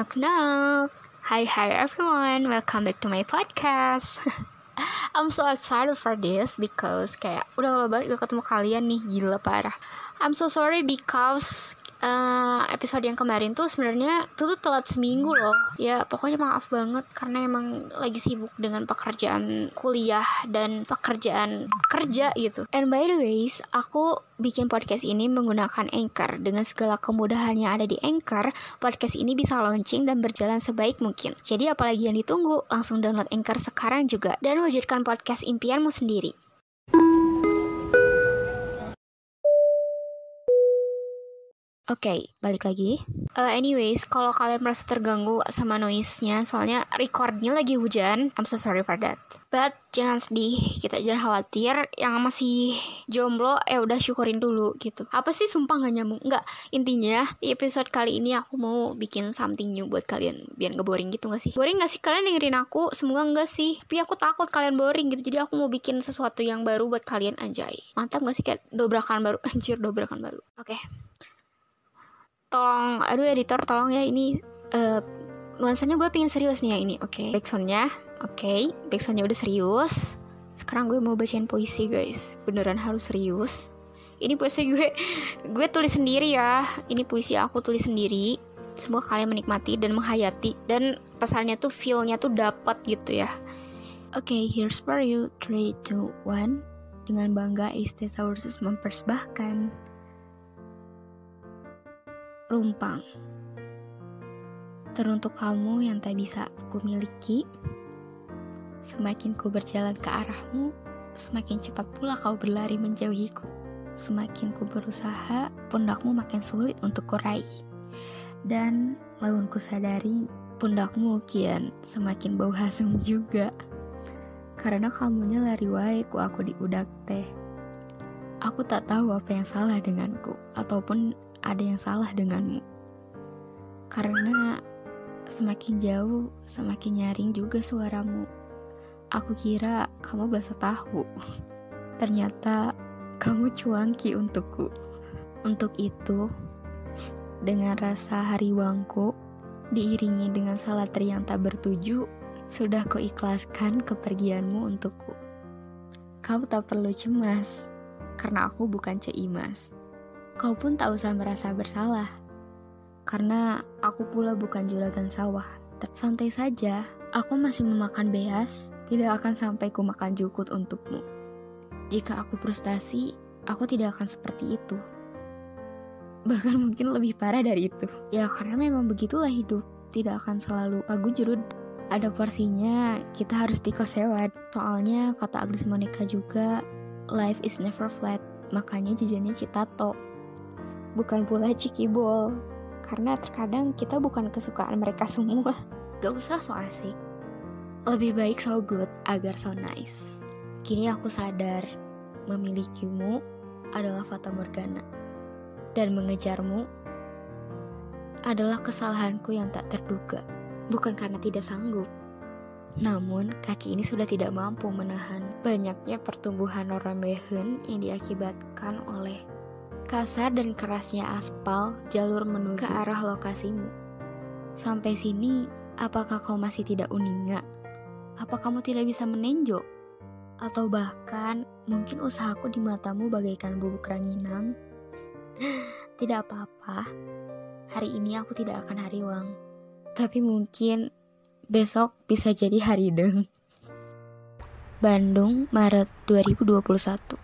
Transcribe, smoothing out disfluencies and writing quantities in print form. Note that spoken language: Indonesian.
Knock knock. Hi everyone, welcome back to my podcast. I'm so excited for this because kayak udah lama banget gak ketemu kalian nih, gila parah. I'm so sorry because episode yang kemarin tuh sebenarnya tuh telat seminggu loh. Ya pokoknya maaf banget karena emang lagi sibuk dengan pekerjaan kuliah dan pekerjaan kerja gitu. And by the ways, aku bikin podcast ini menggunakan Anchor. Dengan segala kemudahan yang ada di Anchor, podcast ini bisa launching dan berjalan sebaik mungkin. Jadi apalagi yang ditunggu, langsung download Anchor sekarang juga dan wujudkan podcast impianmu sendiri. Oke, balik lagi. Anyways, kalau kalian merasa terganggu sama noise-nya, soalnya recordnya lagi hujan, I'm so sorry for that. But jangan sedih, kita jangan khawatir. Yang masih jomblo, udah syukurin dulu gitu. Apa sih sumpah gak nyambung? Enggak, intinya di episode kali ini aku mau bikin something new buat kalian. Biar gak boring gitu gak sih? Boring gak sih kalian dengerin aku? Semoga enggak sih. Tapi aku takut kalian boring gitu. Jadi aku mau bikin sesuatu yang baru buat kalian, anjay. Mantap gak sih? Kayak dobrakan baru. Anjir, dobrakan baru. Oke. Tolong, aduh editor tolong ya, ini nuansanya gue pengen serius nih ya ini. Oke. Backsoundnya udah serius. Sekarang gue mau bacain puisi guys, beneran harus serius. Ini puisi gue tulis sendiri ya. Ini puisi aku tulis sendiri. Semoga kalian menikmati dan menghayati, dan pesannya tuh feel-nya tuh dapat gitu ya. Oke, here's for you. 3, 2, 1. Dengan bangga Istesaurus mempersembahkan Rumpang. Teruntuk kamu yang tak bisa ku miliki, semakin ku berjalan ke arahmu, semakin cepat pula kau berlari menjauhiku. Semakin ku berusaha, pundakmu makin sulit untuk kurai. Dan laun ku sadari, pundakmu kian semakin bau hasum juga. Karena kamunya lari wae ku aku diudak teh. Aku tak tahu apa yang salah denganku, ataupun ada yang salah denganmu. Karena semakin jauh, semakin nyaring juga suaramu. Aku kira kamu basah tahu. Ternyata kamu cuangki untukku. Untuk itu, dengan rasa hariwangku, diiringi dengan salat yang tak bertuju, sudah kuikhlaskan kepergianmu untukku. Kau tak perlu cemas, karena aku bukan Ceimas. Kau pun tak usah merasa bersalah, karena aku pula bukan juragan sawah. Santai saja, aku masih memakan beas, tidak akan sampai ku makan jukut untukmu. Jika aku frustasi, aku tidak akan seperti itu. Bahkan mungkin lebih parah dari itu. Ya karena memang begitulah hidup, tidak akan selalu pagujrud. Ada porsinya, kita harus dikosewat. Soalnya kata Agnes Monica juga, life is never flat, makanya jajannya Citato. Bukan pula Cikibol, karena terkadang kita bukan kesukaan mereka semua. Gak usah so asik, lebih baik so good agar so nice. Kini aku sadar, memilikimu adalah fata morgana, dan mengejarmu adalah kesalahanku yang tak terduga. Bukan karena tidak sanggup, namun kaki ini sudah tidak mampu menahan banyaknya pertumbuhan orambehen yang diakibatkan oleh kasar dan kerasnya aspal jalur menuju ke arah lokasimu. Sampai sini, apakah kau masih tidak uninga? Apa kamu tidak bisa menenjok? Atau bahkan, mungkin usahaku di matamu bagaikan bubuk ranginang? Tidak apa-apa, hari ini aku tidak akan hariwang. Tapi mungkin besok bisa jadi harideng. Bandung, Maret 2021.